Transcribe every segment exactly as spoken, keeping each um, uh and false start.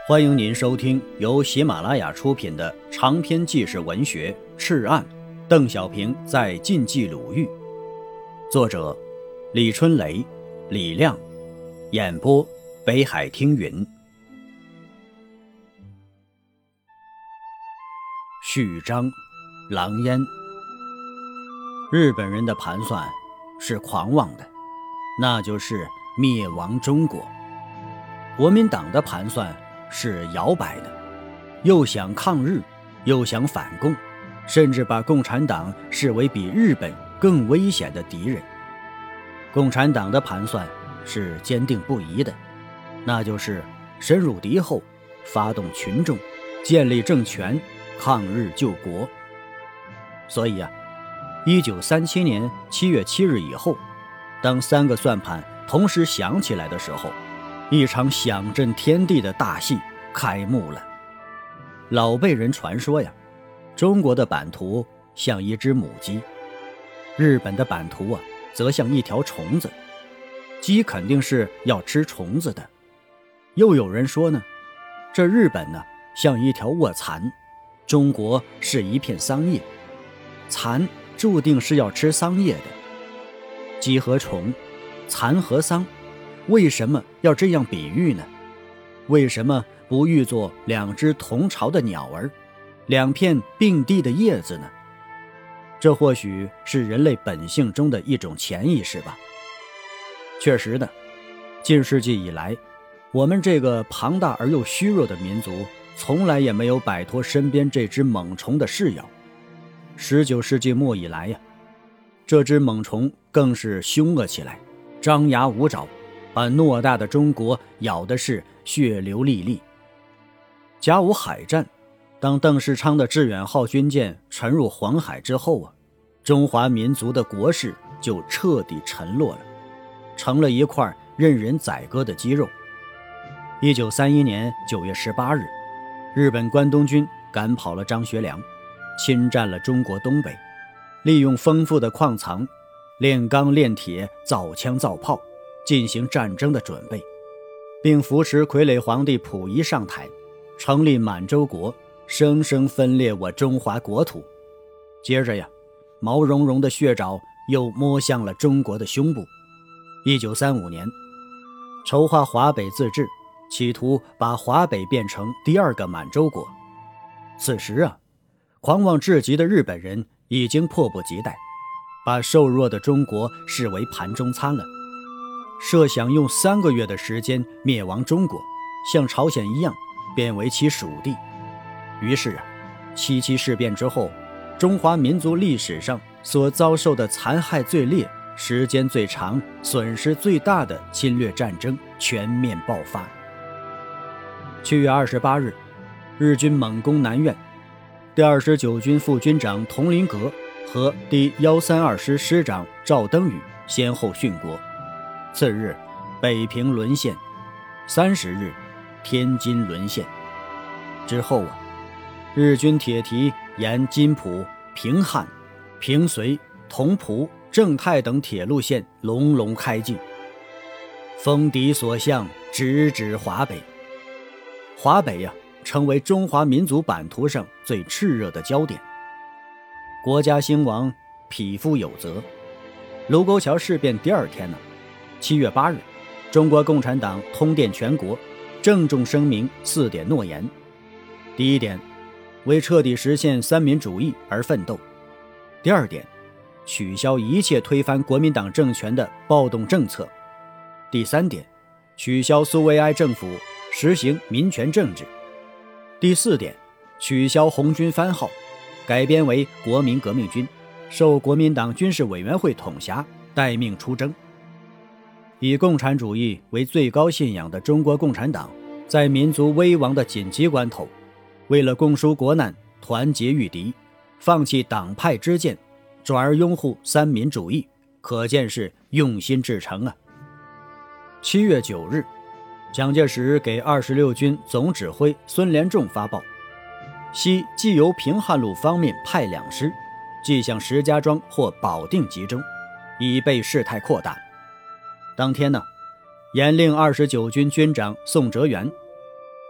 欢迎您收听由喜马拉雅出品的长篇纪实文学《赤案》，邓小平在晋冀鲁豫，作者李春雷、李亮，演播北海听云。序章：狼烟。日本人的盘算是狂妄的，那就是灭亡中国。国民党的盘算是摇摆的，又想抗日，又想反共，甚至把共产党视为比日本更危险的敌人。共产党的盘算是坚定不移的，那就是深入敌后，发动群众，建立政权，抗日救国。所以啊，一九三七年七月七日以后，当三个算盘同时响起来的时候，一场响震天地的大戏开幕了。老辈人传说呀，中国的版图像一只母鸡，日本的版图啊，则像一条虫子。鸡肯定是要吃虫子的。又有人说呢，这日本呢像一条卧蚕，中国是一片桑叶，蚕注定是要吃桑叶的。鸡和虫，蚕和桑，为什么要这样比喻呢？为什么不喻作两只同巢的鸟儿，两片并蒂的叶子呢？这或许是人类本性中的一种潜意识吧。确实的，近世纪以来，我们这个庞大而又虚弱的民族，从来也没有摆脱身边这只猛虫的噬咬。十九世纪末以来呀，这只猛虫更是凶恶起来，张牙舞爪，把偌大的中国咬的是血流沥沥。甲午海战，当邓世昌的致远号军舰沉入黄海之后啊，中华民族的国势就彻底沉落了，成了一块任人宰割的鸡肉。一九三一年九月十八日，日本关东军赶跑了张学良，侵占了中国东北，利用丰富的矿藏，炼钢炼铁，造枪造炮，进行战争的准备，并扶持傀儡皇帝溥仪上台，成立满洲国，生生分裂我中华国土。接着呀，毛茸茸的血爪又摸向了中国的胸部。一九三五年，筹划华北自治，企图把华北变成第二个满洲国。此时啊，狂妄至极的日本人已经迫不及待，把瘦弱的中国视为盘中餐了，设想用三个月的时间灭亡中国，像朝鲜一样变为其属地。于是啊，七七事变之后，中华民族历史上所遭受的残害最烈、时间最长、损失最大的侵略战争全面爆发。七月二十八日，日军猛攻南苑，第二十九军副军长佟麟阁和第一三二师师长赵登禹先后殉国。次日，北平沦陷，三十日，天津沦陷。之后啊，日军铁蹄沿津浦、平汉、平绥、同蒲、正太等铁路线隆隆开进，风敌所向，直指华北。华北呀、啊，成为中华民族版图上最炽热的焦点。国家兴亡，匹夫有责。卢沟桥事变第二天呢，七月八日，中国共产党通电全国，郑重声明四点诺言。第一点，为彻底实现三民主义而奋斗。第二点，取消一切推翻国民党政权的暴动政策。第三点，取消苏维埃政府，实行民权政治。第四点，取消红军番号，改编为国民革命军，受国民党军事委员会统辖，待命出征。以共产主义为最高信仰的中国共产党，在民族危亡的紧急关头，为了共纾国难，团结御敌，放弃党派之见，转而拥护三民主义，可见是用心至诚啊。七月九日，蒋介石给二十六军总指挥孙连仲发报，悉既由平汉路方面派两师，即向石家庄或保定集中，以备事态扩大。当天呢，严令二十九军军长宋哲元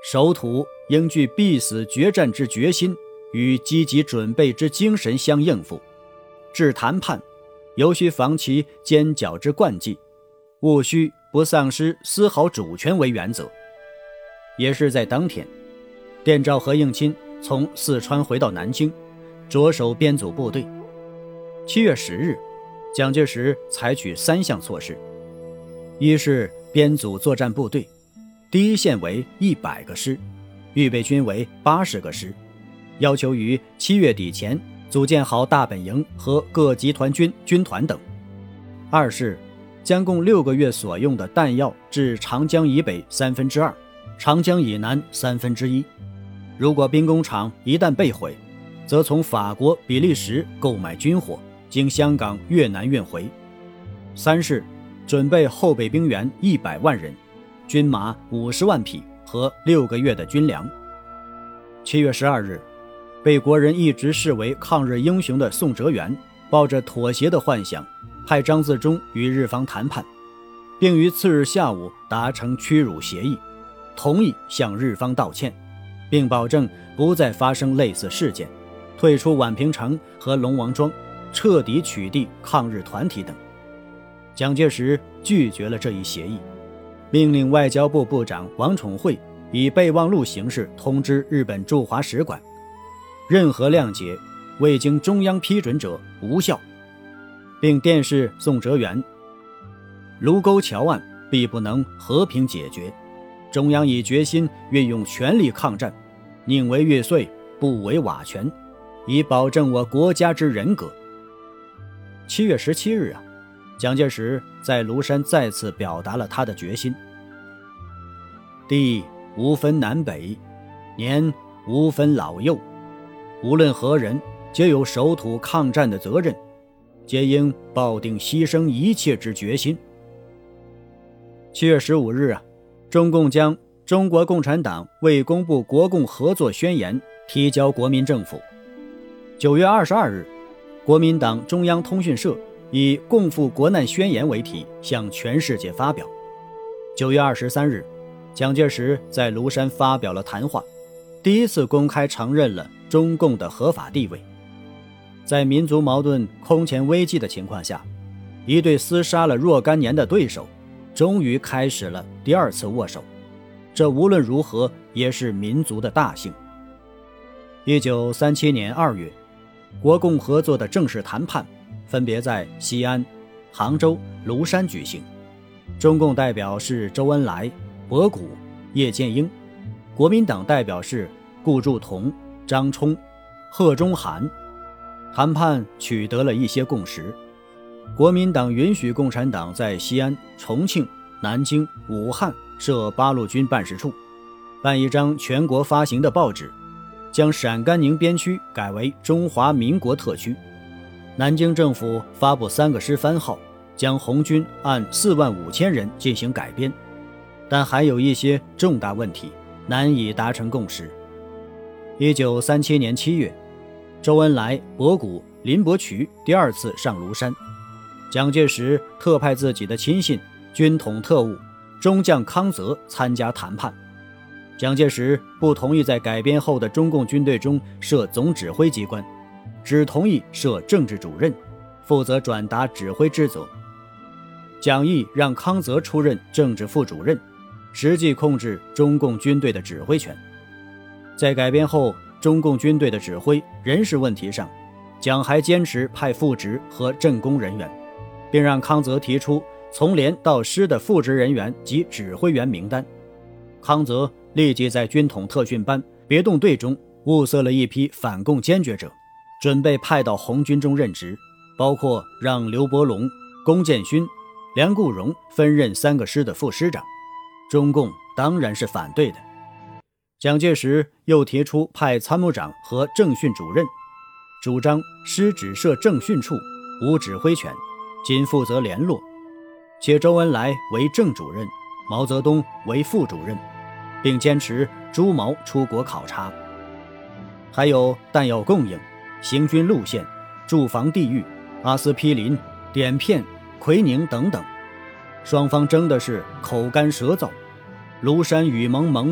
守土应具必死决战之决心与积极准备之精神相应付，至谈判尤须防其尖角之惯技，务须不丧失丝毫主权为原则。也是在当天，电召何应钦从四川回到南京，着手编组部队。七月十日，蒋介石采取三项措施：一是编组作战部队，第一线为一百个师，预备军为八十个师，要求于七月底前组建好大本营和各集团军军团等；二是将共六个月所用的弹药至长江以北三分之二，长江以南三分之一。如果兵工厂一旦被毁，则从法国、比利时购买军火，经香港、越南运回。三是准备后备兵员一百万人，军马五十万匹和六个月的军粮。七月十二日，被国人一直视为抗日英雄的宋哲元，抱着妥协的幻想，派张自忠与日方谈判，并于次日下午达成屈辱协议，同意向日方道歉，并保证不再发生类似事件，退出宛平城和龙王庄，彻底取缔抗日团体等。蒋介石拒绝了这一协议，命令外交部部长王宠惠以备忘录形式通知日本驻华使馆，任何谅解未经中央批准者无效，并电示宋哲元，卢沟桥案必不能和平解决，中央已决心运用全力抗战，宁为玉碎不为瓦全，以保证我国家之人格。七月十七日啊，蒋介石在庐山再次表达了他的决心：地无分南北，年无分老幼，无论何人，皆有守土抗战的责任，皆应抱定牺牲一切之决心。七月十五日啊，中共将中国共产党未公布国共合作宣言提交国民政府。九月二十二日，国民党中央通讯社以共赴国难宣言为题向全世界发表。九月二十三日，蒋介石在庐山发表了谈话，第一次公开承认了中共的合法地位。在民族矛盾空前危机的情况下，一对厮杀了若干年的对手终于开始了第二次握手，这无论如何也是民族的大幸。一九三七年二月，国共合作的正式谈判分别在西安、杭州、庐山举行。中共代表是周恩来、博古、叶剑英，国民党代表是顾祝同、张冲、贺中涵。谈判取得了一些共识，国民党允许共产党在西安、重庆、南京、武汉设八路军办事处，办一张全国发行的报纸，将陕甘宁边区改为中华民国特区。南京政府发布三个师番号，将红军按四万五千人进行改编，但还有一些重大问题难以达成共识。一九三七年七月，周恩来、博古、林伯渠第二次上庐山，蒋介石特派自己的亲信军统特务中将康泽参加谈判。蒋介石不同意在改编后的中共军队中设总指挥机关，只同意设政治主任，负责转达指挥职责。蒋毅让康泽出任政治副主任，实际控制中共军队的指挥权。在改编后中共军队的指挥人事问题上，蒋还坚持派副职和政工人员，并让康泽提出从连到师的副职人员及指挥员名单。康泽立即在军统特训班别动队中物色了一批反共坚决者，准备派到红军中任职，包括让刘伯龙、龚建勋、梁固荣分任三个师的副师长。中共当然是反对的。蒋介石又提出派参谋长和政训主任，主张师只设政训处，无指挥权，仅负责联络，且周恩来为正主任，毛泽东为副主任，并坚持朱毛出国考察。还有弹药供应、行军路线、驻防地域、阿司匹林、碘片、奎宁等等，双方争的是口干舌燥。庐山雨蒙蒙，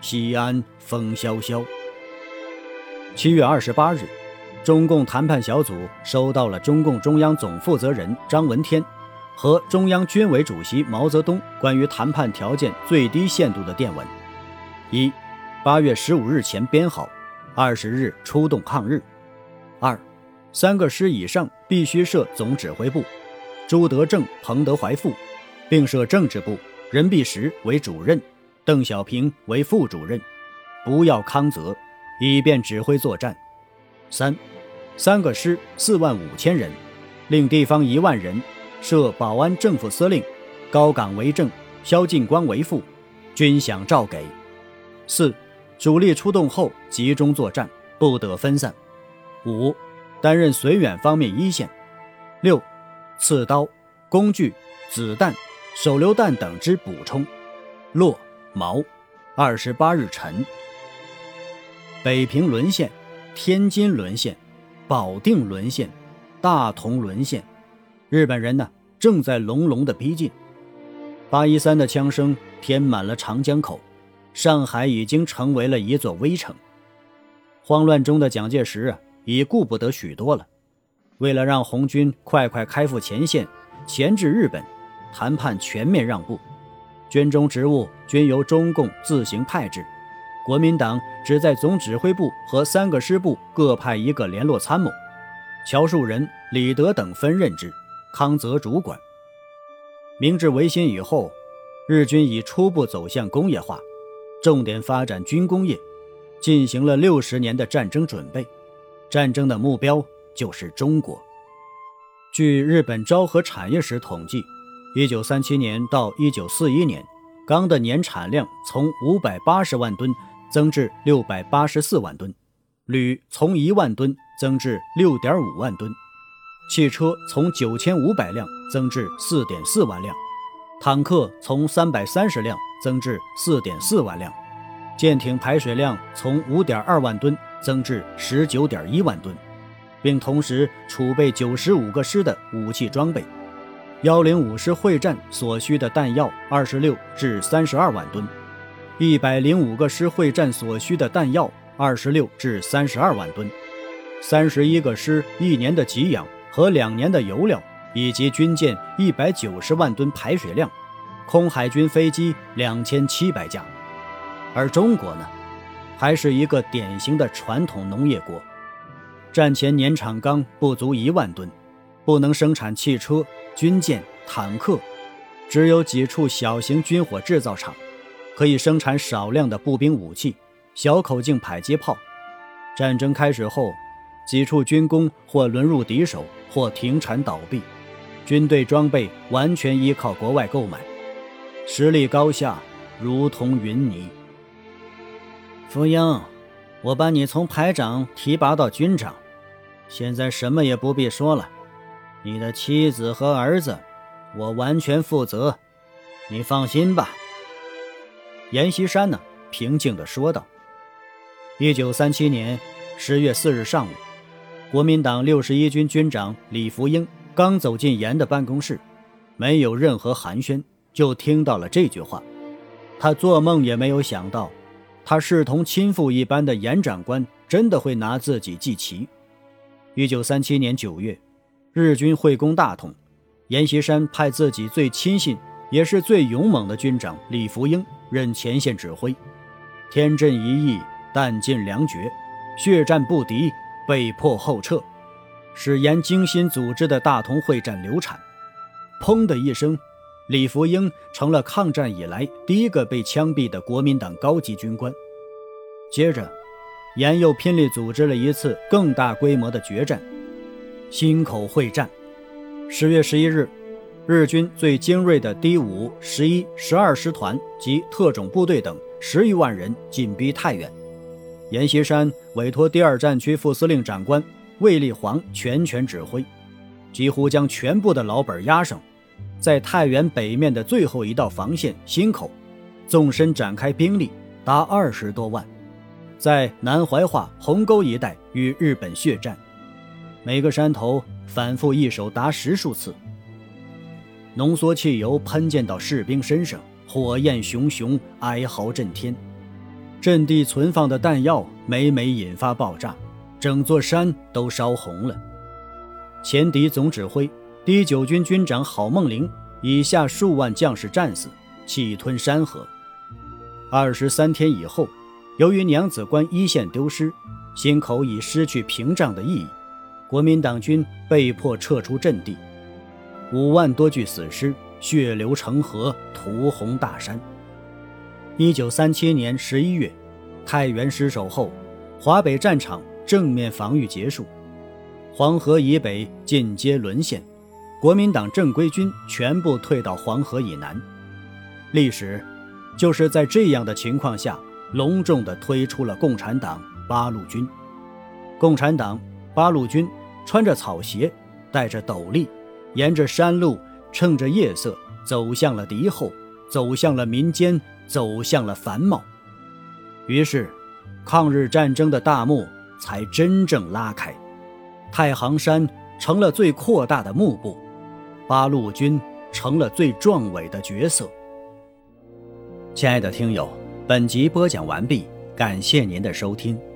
西安风萧萧。七月二十八日，中共谈判小组收到了中共中央总负责人张闻天和中央军委主席毛泽东关于谈判条件最低限度的电文：一、八月十五日前编好，二十日出动抗日；二、三个师以上必须设总指挥部，朱德正、彭德怀副，并设政治部，任弼时为主任，邓小平为副主任，不要康泽，以便指挥作战。三、三个师四万五千人，另地方一万人，设保安政府司令，高岗为正，萧劲光为副，军饷照给。四、主力出动后集中作战，不得分散。五、担任绥远方面一线。六、刺刀、工具、子弹、手榴弹等之补充。骆、毛。二十八日晨。北平沦陷，天津沦陷，保定沦陷，大同沦陷，日本人呢正在隆隆地逼近。八一三的枪声填满了长江口，上海已经成为了一座危城。慌乱中的蒋介石啊，已顾不得许多了。为了让红军快快开赴前线，钳制日本，谈判全面让步，军中职务均由中共自行派制，国民党只在总指挥部和三个师部各派一个联络参谋，乔树人、李德等分任之，康泽主管。明治维新以后，日军已初步走向工业化，重点发展军工业，进行了六十年的战争准备，战争的目标就是中国。据日本昭和产业史统计，一九三七年到一九四一年，钢的年产量从五百八十万吨增至六百八十四万吨，铝从一万吨增至 六点五万吨，汽车从九千五百辆增至 四点四万辆，坦克从三百三十辆增至 四点四万辆，舰艇排水量从 五点二万吨增至 十九点一万吨，并同时储备九十五个师的武器装备。一零五师会战所需的弹药二十六至三十二万吨，一百零五个师会战所需的弹药二十六至三十二万吨，三十一个师一年的给养和两年的油料，以及军舰一百九十万吨排水量，空海军飞机两千七百架。而中国呢，还是一个典型的传统农业国，战前年产钢不足一万吨，不能生产汽车、军舰、坦克，只有几处小型军火制造厂，可以生产少量的步兵武器、小口径迫击炮。战争开始后，几处军工或沦入敌手，或停产倒闭，军队装备完全依靠国外购买，实力高下如同云泥。福英，我把你从排长提拔到军长，现在什么也不必说了，你的妻子和儿子我完全负责，你放心吧。阎锡山呢，平静地说道。一九三七年十月四日上午，国民党六十一军军长李福英刚走进阎的办公室，没有任何寒暄，就听到了这句话。他做梦也没有想到，他视同亲父一般的阎长官真的会拿自己祭旗。一九三七年九月，日军会攻大同，阎锡山派自己最亲信也是最勇猛的军长李福英任前线指挥。天阵一役，弹尽粮绝，血战不敌，被迫后撤，使阎精心组织的大同会战流产。砰的一声，李福英成了抗战以来第一个被枪毙的国民党高级军官。接着，阎又拼力组织了一次更大规模的决战——忻口会战。十月十一日，日军最精锐的第五、十一、十二师团及特种部队等十余万人紧逼太原。阎锡山委托第二战区副司令长官卫立煌全权指挥，几乎将全部的老本押上，在太原北面的最后一道防线忻口，纵深展开兵力达二十多万，在南怀化、鸿沟一带与日本血战，每个山头反复一手达十数次，浓缩汽油喷溅到士兵身上，火焰熊熊，哀嚎震天。 阵地存放的弹药每每引发爆炸，整座山都烧红了。前敌总指挥第九军军长郝梦龄以下数万将士战死，气吞山河。二十三天以后，由于娘子关一线丢失，忻口已失去屏障的意义，国民党军被迫撤出阵地，五万多具死尸血流成河，屠红大山。一九三七年十一月，太原失守后，华北战场正面防御结束，黄河以北尽皆沦陷，国民党正规军全部退到黄河以南。历史就是在这样的情况下，隆重地推出了共产党八路军。共产党八路军穿着草鞋，戴着斗笠，沿着山路，趁着夜色走向了敌后，走向了民间，走向了繁茂。于是抗日战争的大幕才真正拉开，太行山成了最扩大的幕布，八路军成了最壮伟的角色。亲爱的听友，本集播讲完毕，感谢您的收听。